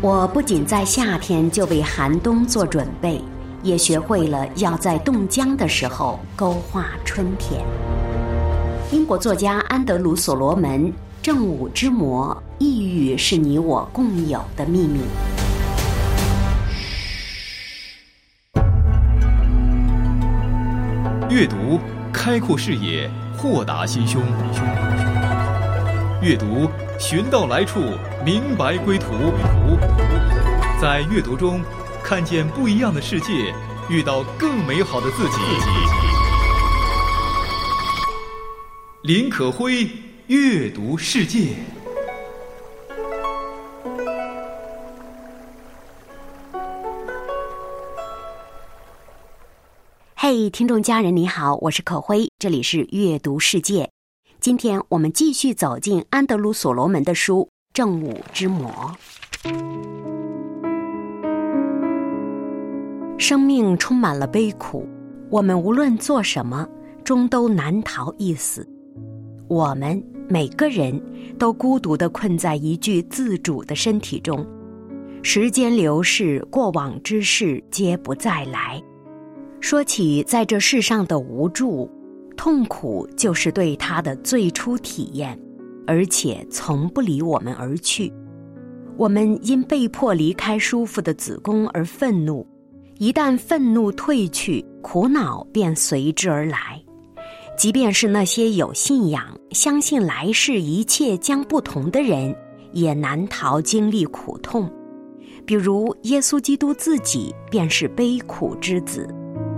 我不仅在夏天就为寒冬做准备，也学会了要在冻僵的时候勾画春天。英国作家安德鲁·所罗门，正午之魔，抑郁是你我共有的秘密。 阅读开阔视野，豁达心胸。阅读寻到来处，明白归途。在阅读中看见不一样的世界，遇到更美好的自己。林可辉阅读世界。 嘿，听众家人你好，我是可辉，这里是阅读世界。今天我们继续走进安德鲁·所罗门的书《正午之魔》。生命充满了悲苦，我们无论做什么，终都难逃一死。我们每个人都孤独地困在一具自主的身体中，时间流逝，过往之事皆不再来。说起在这世上的无助，痛苦就是对它的最初体验，而且从不离我们而去。我们因被迫离开舒服的子宫而愤怒，一旦愤怒退去，苦恼便随之而来。即便是那些有信仰、相信来世一切将不同的人，也难逃经历苦痛。比如耶稣基督自己便是悲苦之子。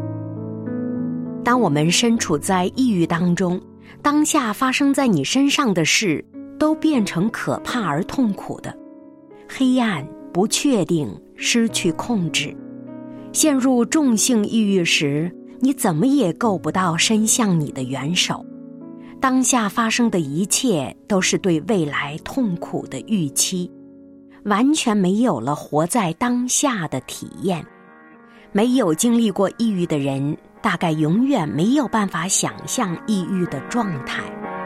当我们身处在抑郁当中，当下发生在你身上的事都变成可怕而痛苦的。黑暗、不确定、失去控制。陷入重性抑郁时，你怎么也够不到伸向你的援手。当下发生的一切都是对未来痛苦的预期，完全没有了活在当下的体验。没有经历过抑郁的人，大概永远没有办法想象抑郁的状态。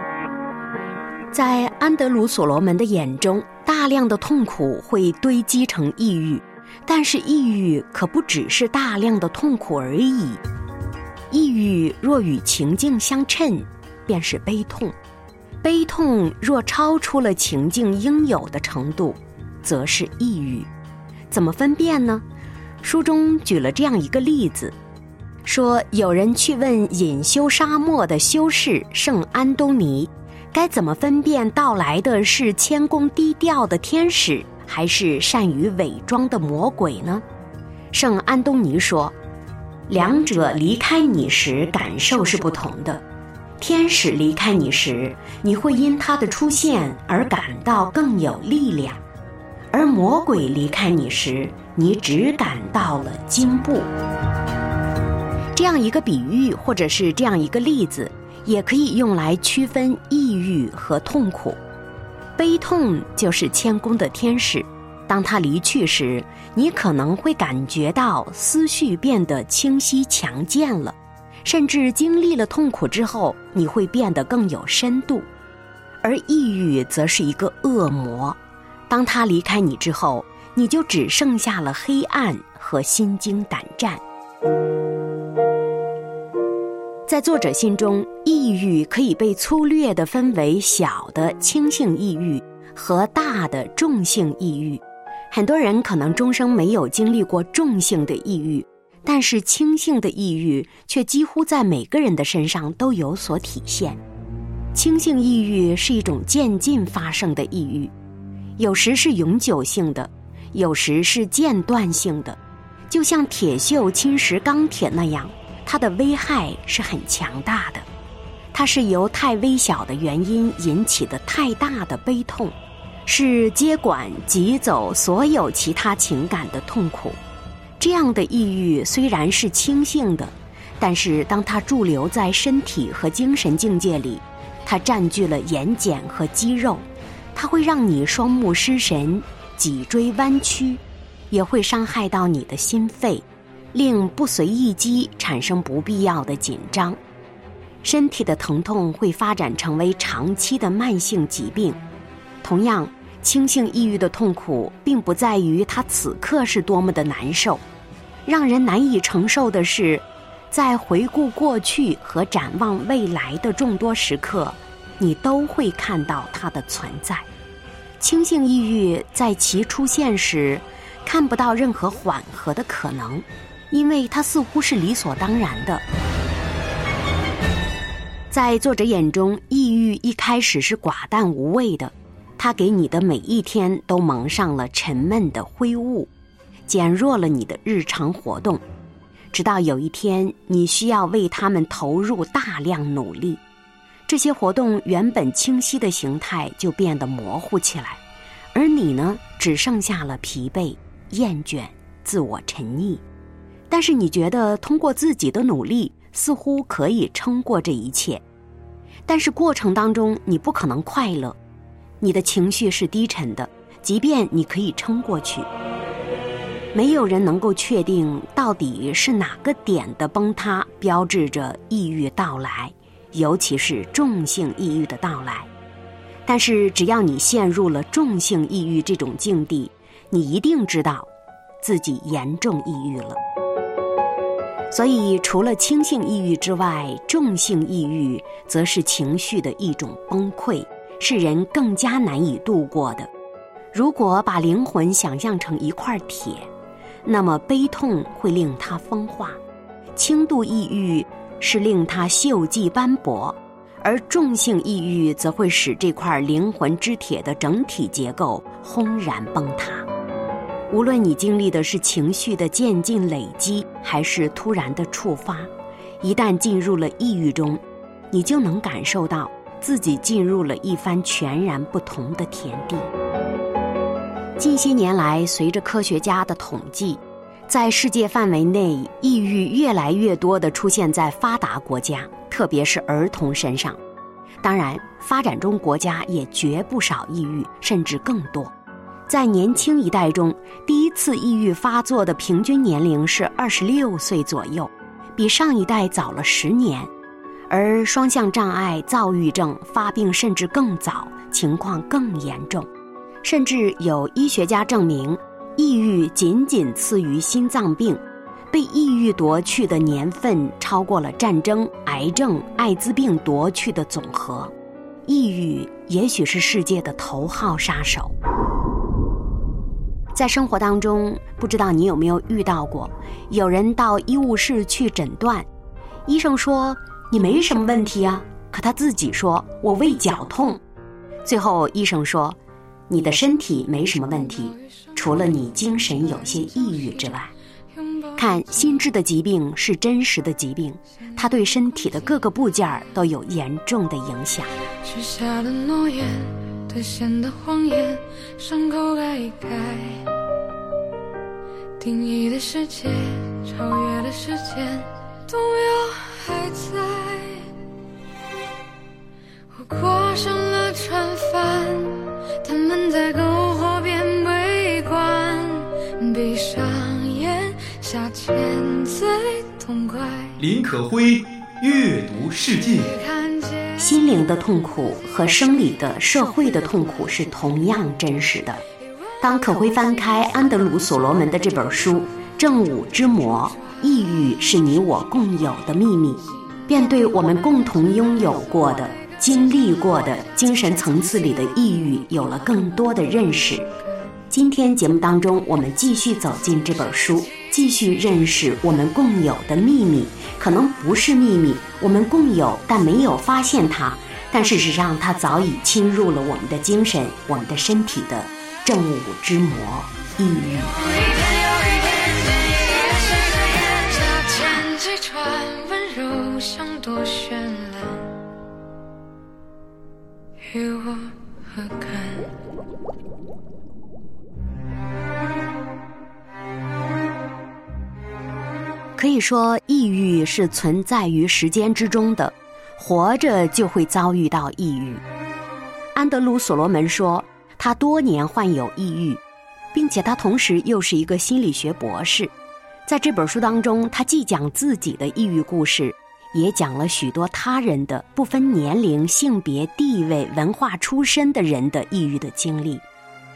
在安德鲁·所罗门的眼中，大量的痛苦会堆积成抑郁，但是抑郁可不只是大量的痛苦而已。抑郁若与情境相称，便是悲痛；悲痛若超出了情境应有的程度，则是抑郁。怎么分辨呢？书中举了这样一个例子，说有人去问隐修沙漠的修士圣安东尼，该怎么分辨到来的是谦恭低调的天使，还是善于伪装的魔鬼呢？圣安东尼说，两者离开你时感受是不同的。天使离开你时，你会因他的出现而感到更有力量，而魔鬼离开你时，你只感到了惊怖。这样一个比喻，或者是这样一个例子，也可以用来区分抑郁和痛苦。悲痛就是谦恭的天使，当他离去时，你可能会感觉到思绪变得清晰强健了，甚至经历了痛苦之后，你会变得更有深度。而抑郁则是一个恶魔，当他离开你之后，你就只剩下了黑暗和心惊胆战。在作者心中，抑郁可以被粗略地分为小的轻性抑郁和大的重性抑郁。很多人可能终生没有经历过重性的抑郁，但是轻性的抑郁却几乎在每个人的身上都有所体现。轻性抑郁是一种渐进发生的抑郁，有时是永久性的，有时是间断性的，就像铁锈侵蚀钢铁那样，它的危害是很强大的。它是由太微小的原因引起的太大的悲痛，是接管挤走所有其他情感的痛苦。这样的抑郁虽然是轻性的，但是当它驻留在身体和精神境界里，它占据了眼睑和肌肉，它会让你双目失神，脊椎弯曲，也会伤害到你的心肺，令不随意肌产生不必要的紧张。身体的疼痛会发展成为长期的慢性疾病。同样， 轻性抑郁的痛苦并不在于它此刻是多么的难受，让人难以承受的是，在回顾过去和展望未来的众多时刻，你都会看到它的存在。轻性抑郁在其出现时，看不到任何缓和的可能，因为它似乎是理所当然的。在作者眼中，抑郁一开始是寡淡无味的，它给你的每一天都蒙上了沉闷的灰雾，减弱了你的日常活动，直到有一天你需要为它们投入大量努力，这些活动原本清晰的形态就变得模糊起来，而你呢，只剩下了疲惫、厌倦、自我沉溺。但是你觉得通过自己的努力似乎可以撑过这一切，但是过程当中你不可能快乐，你的情绪是低沉的，即便你可以撑过去。没有人能够确定到底是哪个点的崩塌标志着抑郁到来，尤其是重性抑郁的到来。但是只要你陷入了重性抑郁这种境地，你一定知道自己严重抑郁了。所以除了轻性抑郁之外，重性抑郁则是情绪的一种崩溃，是人更加难以度过的。如果把灵魂想象成一块铁，那么悲痛会令它风化，轻度抑郁是令它锈迹斑驳，而重性抑郁则会使这块灵魂之铁的整体结构轰然崩塌。无论你经历的是情绪的渐进累积，还是突然的触发，一旦进入了抑郁中，你就能感受到自己进入了一番全然不同的田地。近些年来，随着科学家的统计，在世界范围内，抑郁越来越多地出现在发达国家，特别是儿童身上。当然，发展中国家也绝不少抑郁，甚至更多。在年轻一代中，第一次抑郁发作的平均年龄是26岁左右，比上一代早了10年。而双向障碍、躁郁症发病甚至更早，情况更严重。甚至有医学家证明，抑郁仅仅次于心脏病，被抑郁夺去的年份超过了战争、癌症、艾滋病夺去的总和。抑郁也许是世界的头号杀手。在生活当中，不知道你有没有遇到过，有人到医务室去诊断，医生说你没什么问题啊，可他自己说我胃绞痛。最后医生说你的身体没什么问题，除了你精神有些抑郁之外。看，心智的疾病是真实的疾病，它对身体的各个部件都有严重的影响。 许下的诺言，兑现的谎言，伤口盖一盖，定义的世界，超越的时间，动摇还在。我跨上了船帆，他们在篝火边围观，闭上眼，下潜最痛快。 林可辉阅读世界。 心灵的痛苦和生理的、社会的痛苦是同样真实的。当可辉翻开安德鲁·所罗门的这本书《正午之魔：抑郁是你我共有的秘密》，便对我们共同拥有过的、经历过的精神层次里的抑郁有了更多的认识。今天节目当中，我们继续走进这本书，继续认识我们共有的秘密。可能不是秘密，我们共有但没有发现它，但事实上它早已侵入了我们的精神、我们的身体的正午之魔——抑郁。 这串温柔像朵绚烂，与我何干？ 可以说，抑郁是存在于时间之中的，活着就会遭遇到抑郁。安德鲁·所罗门说，他多年患有抑郁，并且他同时又是一个心理学博士。在这本书当中，他既讲自己的抑郁故事，也讲了许多他人的不分年龄、性别、地位、文化出身的人的抑郁的经历。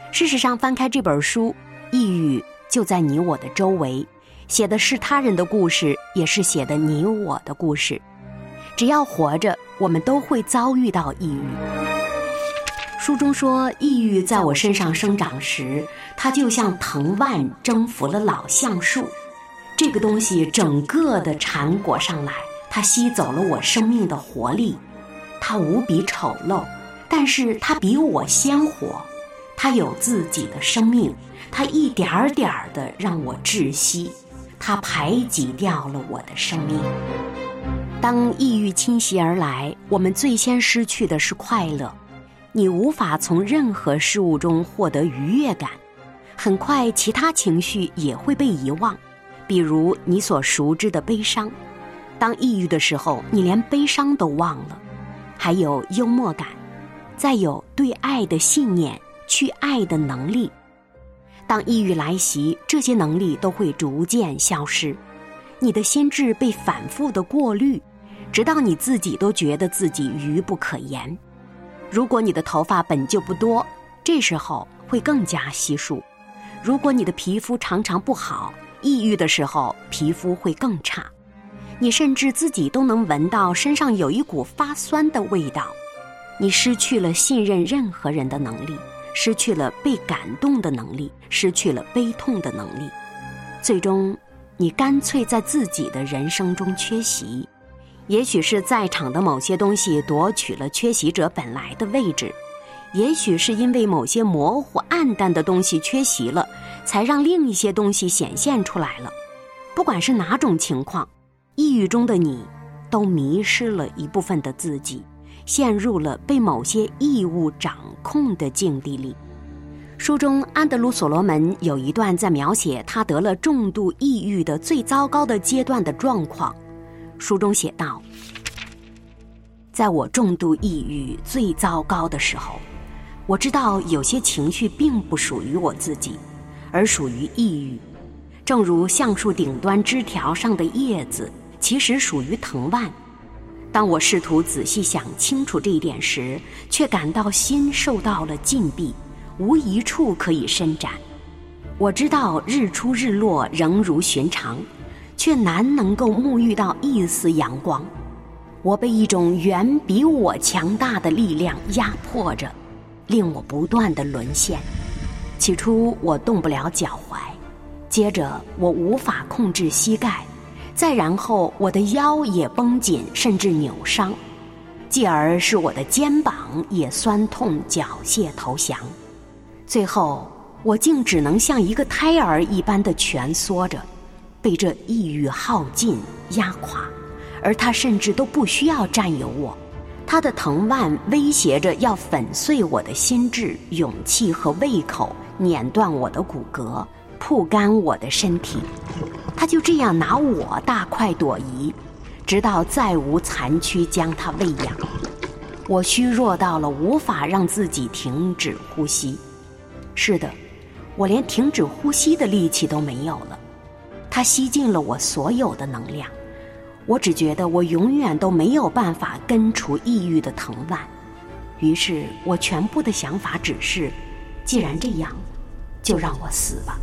事实上，翻开这本书，抑郁就在你我的周围，写的是他人的故事，也是写的你我的故事。只要活着，我们都会遭遇到抑郁。书中说，抑郁在我身上生长时，它就像藤蔓征服了老橡树，这个东西整个的缠裹上来，它吸走了我生命的活力。它无比丑陋，但是它比我鲜活，它有自己的生命，它一点点的让我窒息，它排挤掉了我的生命。当抑郁侵袭而来，我们最先失去的是快乐。你无法从任何事物中获得愉悦感，很快其他情绪也会被遗忘，比如你所熟知的悲伤。当抑郁的时候，你连悲伤都忘了。还有幽默感，再有对爱的信念，去爱的能力。当抑郁来袭，这些能力都会逐渐消失，你的心智被反复的过滤，直到你自己都觉得自己愚不可言。如果你的头发本就不多，这时候会更加稀疏。如果你的皮肤常常不好，抑郁的时候皮肤会更差。你甚至自己都能闻到身上有一股发酸的味道。你失去了信任任何人的能力，失去了被感动的能力，失去了悲痛的能力。最终，你干脆在自己的人生中缺席。也许是在场的某些东西夺取了缺席者本来的位置，也许是因为某些模糊暗淡的东西缺席了，才让另一些东西显现出来了。不管是哪种情况，抑郁中的你都迷失了一部分的自己，陷入了被某些异物掌控的境地里。书中安德鲁·所罗门有一段在描写他得了重度抑郁的最糟糕的阶段的状况。书中写道，在我重度抑郁最糟糕的时候，我知道有些情绪并不属于我自己，而属于抑郁。正如橡树顶端枝条上的叶子其实属于藤蔓。当我试图仔细想清楚这一点时，却感到心受到了禁闭，无一处可以伸展。我知道日出日落仍如寻常，却难能够沐浴到一丝阳光。我被一种远比我强大的力量压迫着，令我不断地沦陷。起初我动不了脚踝，接着我无法控制膝盖，再然后我的腰也绷紧甚至扭伤，继而是我的肩膀也酸痛缴械投降。最后我竟只能像一个胎儿一般的蜷缩着，被这抑郁耗尽压垮，而他甚至都不需要占有我。他的藤蔓威胁着要粉碎我的心智、勇气和胃口，碾断我的骨骼，曝干我的身体。他就这样拿我大快朵颐，直到再无残躯将他喂养。我虚弱到了无法让自己停止呼吸。是的，我连停止呼吸的力气都没有了。它吸尽了我所有的能量，我只觉得我永远都没有办法根除抑郁的藤蔓。于是我全部的想法只是，既然这样，就让我死吧。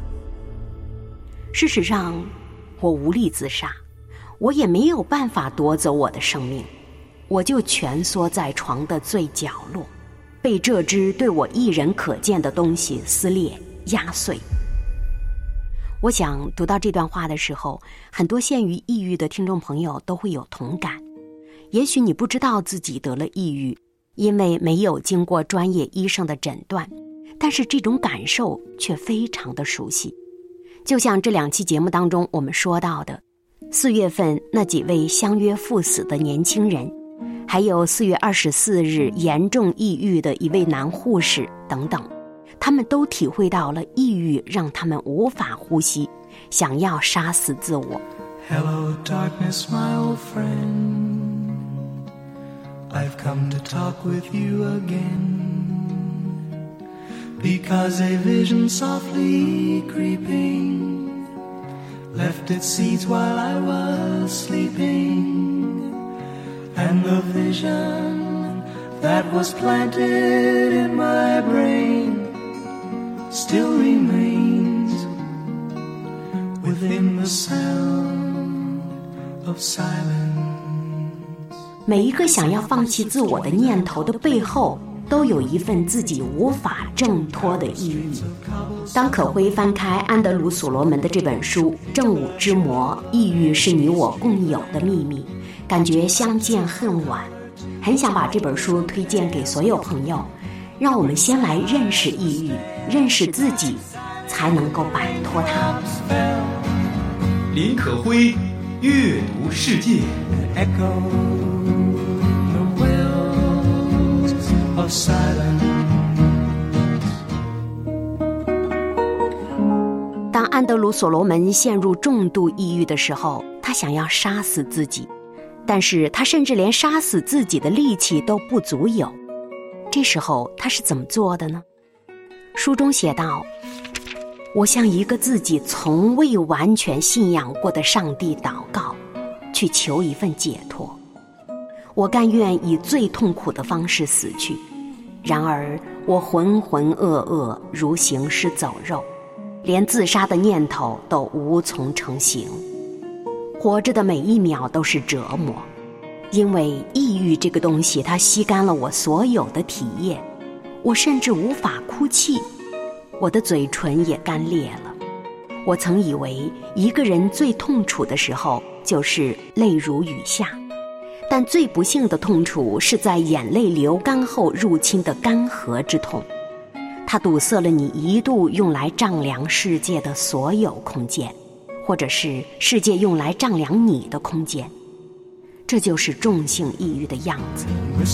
事实上，我无力自杀，我也没有办法夺走我的生命，我就蜷缩在床的最角落，被这只对我一人可见的东西撕裂压碎。我想读到这段话的时候，很多陷于抑郁的听众朋友都会有同感。也许你不知道自己得了抑郁，因为没有经过专业医生的诊断，但是这种感受却非常的熟悉。就像这2期节目当中我们说到的，4月份那几位相约赴死的年轻人，还有4月24日严重抑郁的一位男护士等等，他们都体会到了抑郁让他们无法呼吸，想要杀死自我。 Hello darkness my old friend, I've come to talk with you again, because a vision softly creeping left its seeds while I was sleeping, and the vision that was planted in my brain still remains within the sound of silence. 每一个想要放弃自我的念头的背后，都有一份自己无法挣脱的抑郁。当可辉翻开安德鲁·所罗门的这本书《正午之魔：抑郁是你我共有的秘密》，感觉相见恨晚，很想把这本书推荐给所有朋友，让我们先来认识抑郁，认识自己，才能够摆脱它。 林可辉阅读世界。当安德鲁·所罗门陷入重度抑郁的时候，他想要杀死自己，但是他甚至连杀死自己的力气都不足有。这时候他是怎么做的呢？书中写道：我向一个自己从未完全信仰过的上帝祷告，去求一份解脱。我甘愿以最痛苦的方式死去，然而我浑浑噩噩，如行尸走肉，连自杀的念头都无从成行。活着的每一秒都是折磨，因为抑郁这个东西，它吸干了我所有的体液，我甚至无法哭泣，我的嘴唇也干裂了。我曾以为一个人最痛楚的时候就是泪如雨下，但最不幸的痛楚是在眼泪流干后入侵的干涸之痛，它堵塞了你一度用来丈量世界的所有空间，或者是世界用来丈量你的空间。这就是重性抑郁的样子。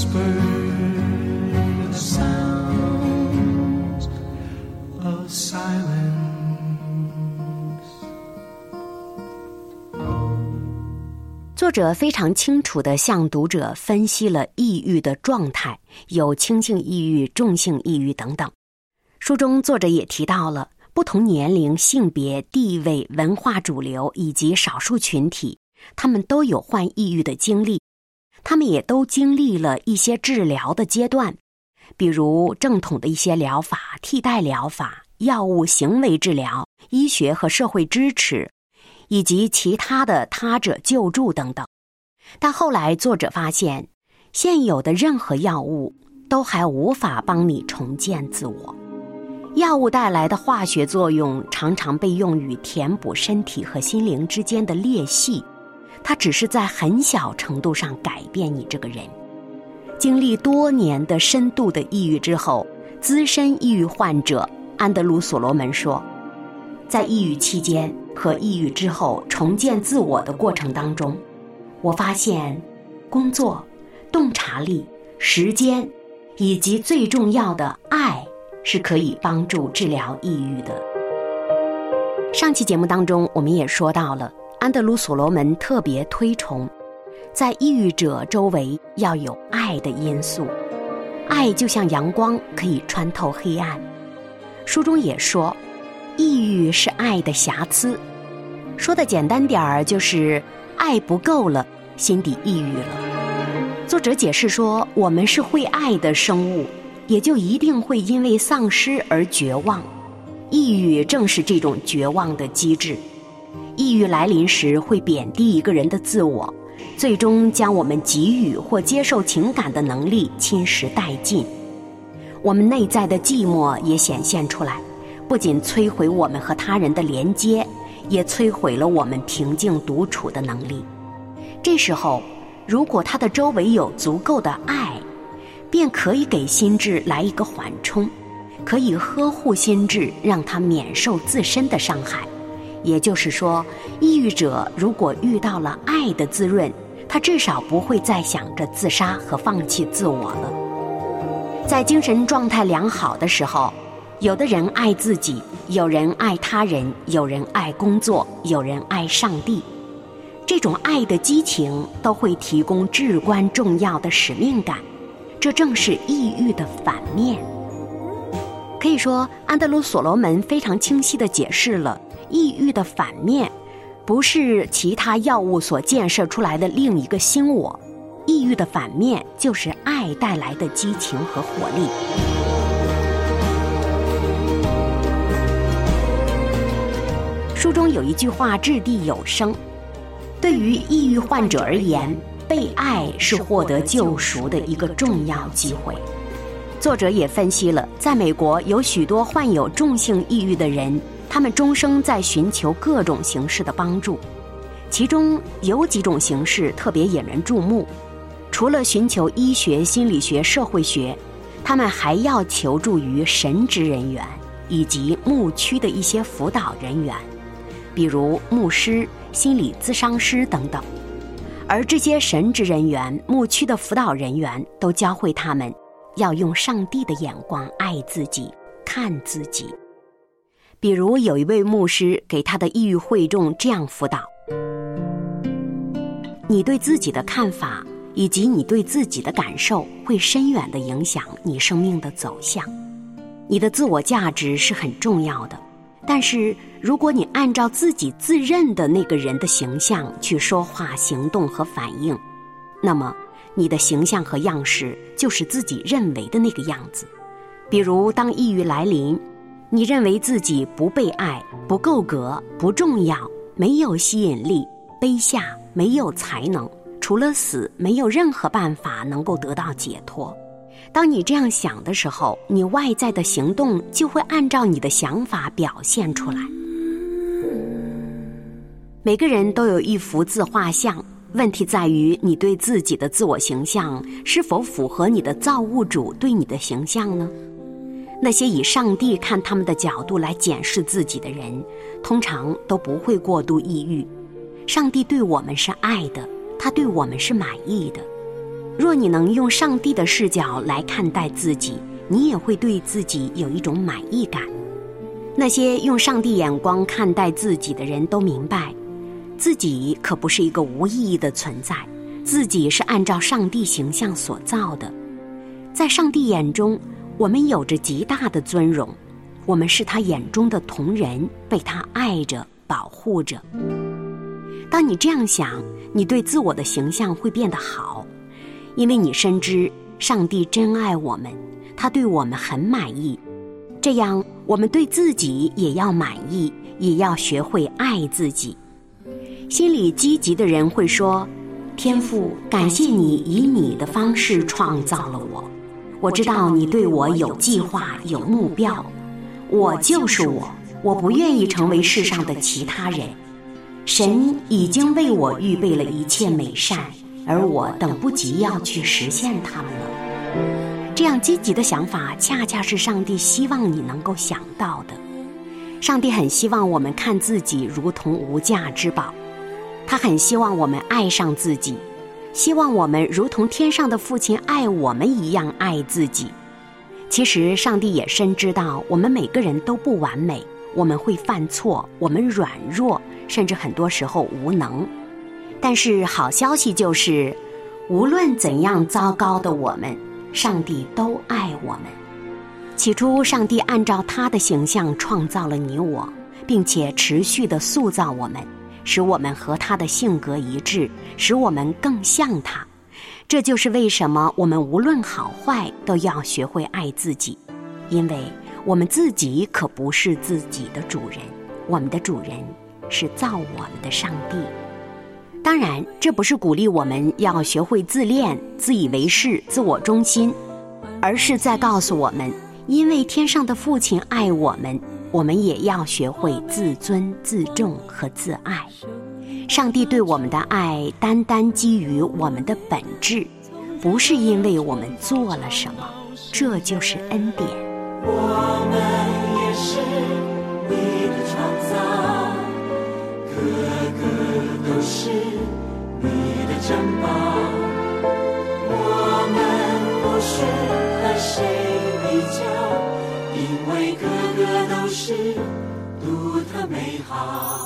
作者非常清楚地向读者分析了抑郁的状态，有轻性抑郁、重性抑郁等等。书中作者也提到了不同年龄、性别、地位、文化主流以及少数群体，他们都有患抑郁的经历，他们也都经历了一些治疗的阶段，比如正统的一些疗法、替代疗法、药物行为治疗、医学和社会支持，以及其他的他者救助等等。但后来作者发现，现有的任何药物都还无法帮你重建自我。药物带来的化学作用常常被用于填补身体和心灵之间的裂隙，它只是在很小程度上改变你这个人。经历多年的深度的抑郁之后，资深抑郁患者安德鲁·所罗门说，在抑郁期间和抑郁之后重建自我的过程当中，我发现工作、洞察力、时间以及最重要的爱是可以帮助治疗抑郁的。上期节目当中我们也说到了，安德鲁·所罗门特别推崇在抑郁者周围要有爱的因素，爱就像阳光，可以穿透黑暗。书中也说，抑郁是爱的瑕疵，说的简单点儿，就是爱不够了，心底抑郁了。作者解释说，我们是会爱的生物，也就一定会因为丧失而绝望。抑郁正是这种绝望的机制。抑郁来临时会贬低一个人的自我，最终将我们给予或接受情感的能力侵蚀殆尽。我们内在的寂寞也显现出来，不仅摧毁我们和他人的连接，也摧毁了我们平静独处的能力。这时候，如果他的周围有足够的爱，便可以给心智来一个缓冲，可以呵护心智，让他免受自身的伤害。也就是说，抑郁者如果遇到了爱的滋润，他至少不会再想着自杀和放弃自我了。在精神状态良好的时候，有的人爱自己，有人爱他人，有人爱工作，有人爱上帝。这种爱的激情都会提供至关重要的使命感，这正是抑郁的反面。可以说，安德鲁·所罗门非常清晰地解释了抑郁的反面不是其他药物所建设出来的另一个新我，抑郁的反面就是爱带来的激情和活力。 有一句话掷地有声：对于抑郁患者而言，被爱是获得救赎的一个重要机会。作者也分析了，在美国有许多患有重性抑郁的人，他们终生在寻求各种形式的帮助，其中有几种形式特别引人注目。除了寻求医学、心理学、社会学，他们还要求助于神职人员以及牧区的一些辅导人员，比如牧师、心理咨商师等等。而这些神职人员、牧区的辅导人员都教会他们要用上帝的眼光爱自己、看自己。比如有一位牧师给他的抑郁会众这样辅导：你对自己的看法以及你对自己的感受会深远地影响你生命的走向。你的自我价值是很重要的，但是如果你按照自己自认的那个人的形象去说话、行动和反应，那么你的形象和样式就是自己认为的那个样子。比如当抑郁来临，你认为自己不被爱、不够格、不重要、没有吸引力、卑下、没有才能，除了死没有任何办法能够得到解脱。当你这样想的时候，你外在的行动就会按照你的想法表现出来。每个人都有一幅自画像，问题在于你对自己的自我形象是否符合你的造物主对你的形象呢？那些以上帝看他们的角度来检视自己的人，通常都不会过度抑郁。上帝对我们是爱的，他对我们是满意的。若你能用上帝的视角来看待自己，你也会对自己有一种满意感。那些用上帝眼光看待自己的人都明白，自己可不是一个无意义的存在，自己是按照上帝形象所造的。在上帝眼中，我们有着极大的尊荣，我们是他眼中的同人，被他爱着、保护着。当你这样想，你对自我的形象会变得好，因为你深知上帝真爱我们，他对我们很满意。这样我们对自己也要满意，也要学会爱自己。心理积极的人会说：天父，感谢你以你的方式创造了我，我知道你对我有计划、有目标，我就是我，我不愿意成为世上的其他人。神已经为我预备了一切美善，而我等不及要去实现它们了。这样积极的想法恰恰是上帝希望你能够想到的。上帝很希望我们看自己如同无价之宝，他很希望我们爱上自己，希望我们如同天上的父亲爱我们一样爱自己。其实上帝也深知道我们每个人都不完美，我们会犯错，我们软弱，甚至很多时候无能。但是好消息就是，无论怎样糟糕的我们，上帝都爱我们。起初上帝按照他的形象创造了你我，并且持续地塑造我们，使我们和他的性格一致，使我们更像他。这就是为什么我们无论好坏都要学会爱自己，因为我们自己可不是自己的主人，我们的主人是造我们的上帝。当然，这不是鼓励我们要学会自恋、自以为是、自我中心，而是在告诉我们，因为天上的父亲爱我们，我们也要学会自尊、自重和自爱。上帝对我们的爱单单基于我们的本质，不是因为我们做了什么，这就是恩典。 我们也是你的创造，个个都是你的珍宝。我们不是和谁比较，因为个个都是独特美好。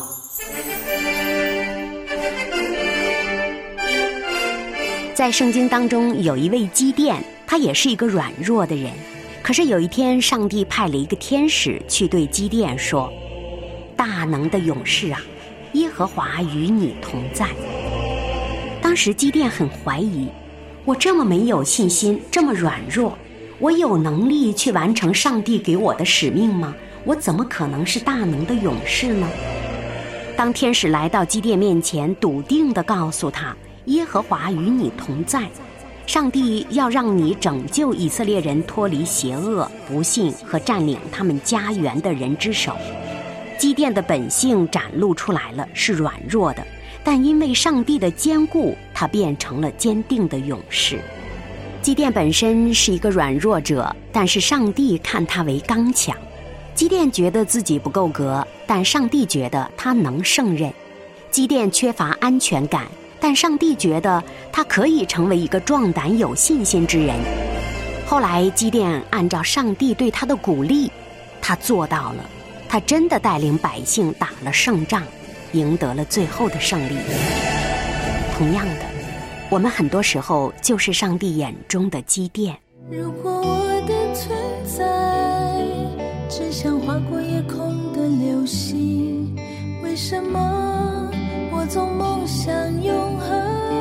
在圣经当中有一位基甸，他也是一个软弱的人。可是有一天，上帝派了一个天使去对基甸说：大能的勇士啊，耶和华与你同在。当时基甸很怀疑，我这么没有信心，这么软弱，我有能力去完成上帝给我的使命吗？我怎么可能是大能的勇士呢？ 当天使来到基甸面前，笃定地告诉他，耶和华与你同在，上帝要让你拯救以色列人脱离邪恶、不信和占领他们家园的人之手。基甸的本性展露出来了，是软弱的，但因为上帝的坚固，他变成了坚定的勇士。基甸本身是一个软弱者，但是上帝看他为刚强。基甸觉得自己不够格，但上帝觉得他能胜任。基甸缺乏安全感，但上帝觉得他可以成为一个壮胆有信心之人。后来基甸按照上帝对他的鼓励，他做到了，他真的带领百姓打了胜仗，赢得了最后的胜利。同样的，我们很多时候就是上帝眼中的基甸。 如果我的存在只像划过夜空的流星，为什么我总梦想永恒？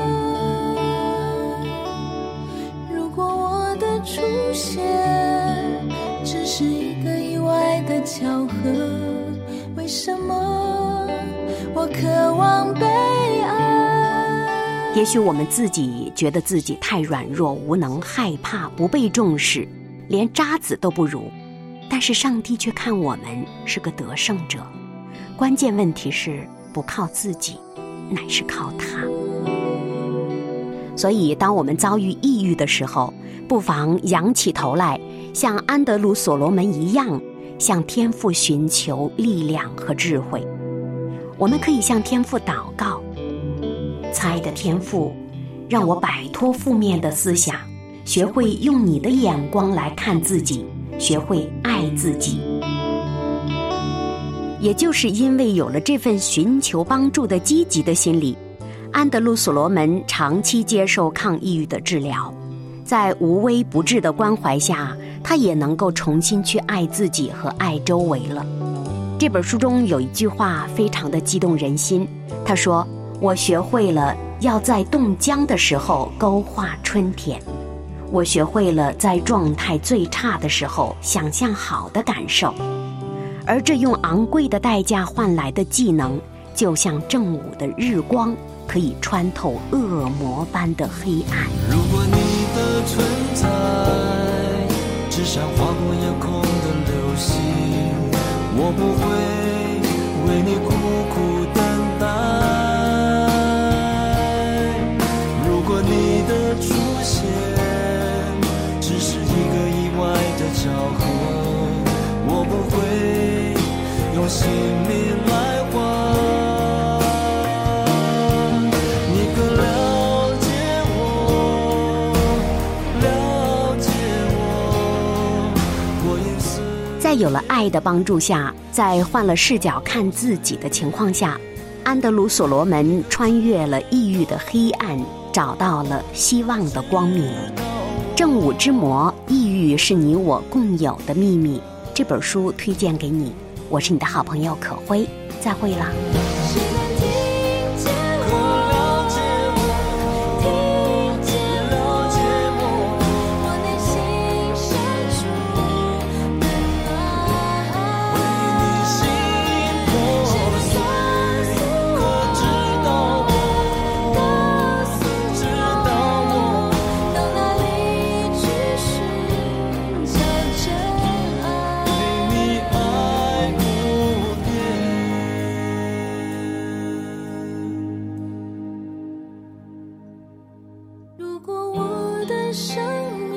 如果我的出现只是一个意外的巧合，为什么我渴望被爱？ 也许我们自己觉得自己太软弱无能，害怕不被重视，连渣子都不如，但是上帝却看我们是个得胜者。关键问题是不靠自己，乃是靠他。所以当我们遭遇抑郁的时候，不妨仰起头来，像安德鲁所罗门一样，向天父寻求力量和智慧。我们可以向天父祷告，亲爱的天父，让我摆脱负面的思想，学会用你的眼光来看自己，学会爱自己。也就是因为有了这份寻求帮助的积极的心理，安德鲁所罗门长期接受抗抑郁的治疗，在无微不至的关怀下，他也能够重新去爱自己和爱周围了。这本书中有一句话非常的激动人心，他说，我学会了要在冻僵的时候勾画春天，我学会了在状态最差的时候想象好的感受，而这用昂贵的代价换来的技能，就像正午的日光，可以穿透恶魔般的黑暗。 如果你的存在只像划过夜空的流星，我不会为你苦苦等待。如果你的出现只是一个意外的巧合，我不会用性命来换。你可了解我，了解我，我因此在有了爱的帮助下，在换了视角看自己的情况下，安德鲁所罗门穿越了抑郁的黑暗，找到了希望的光明。正午之魔，抑郁是你我共有的秘密。这本书推荐给你，我是你的好朋友可辉，再会了。 如果我的生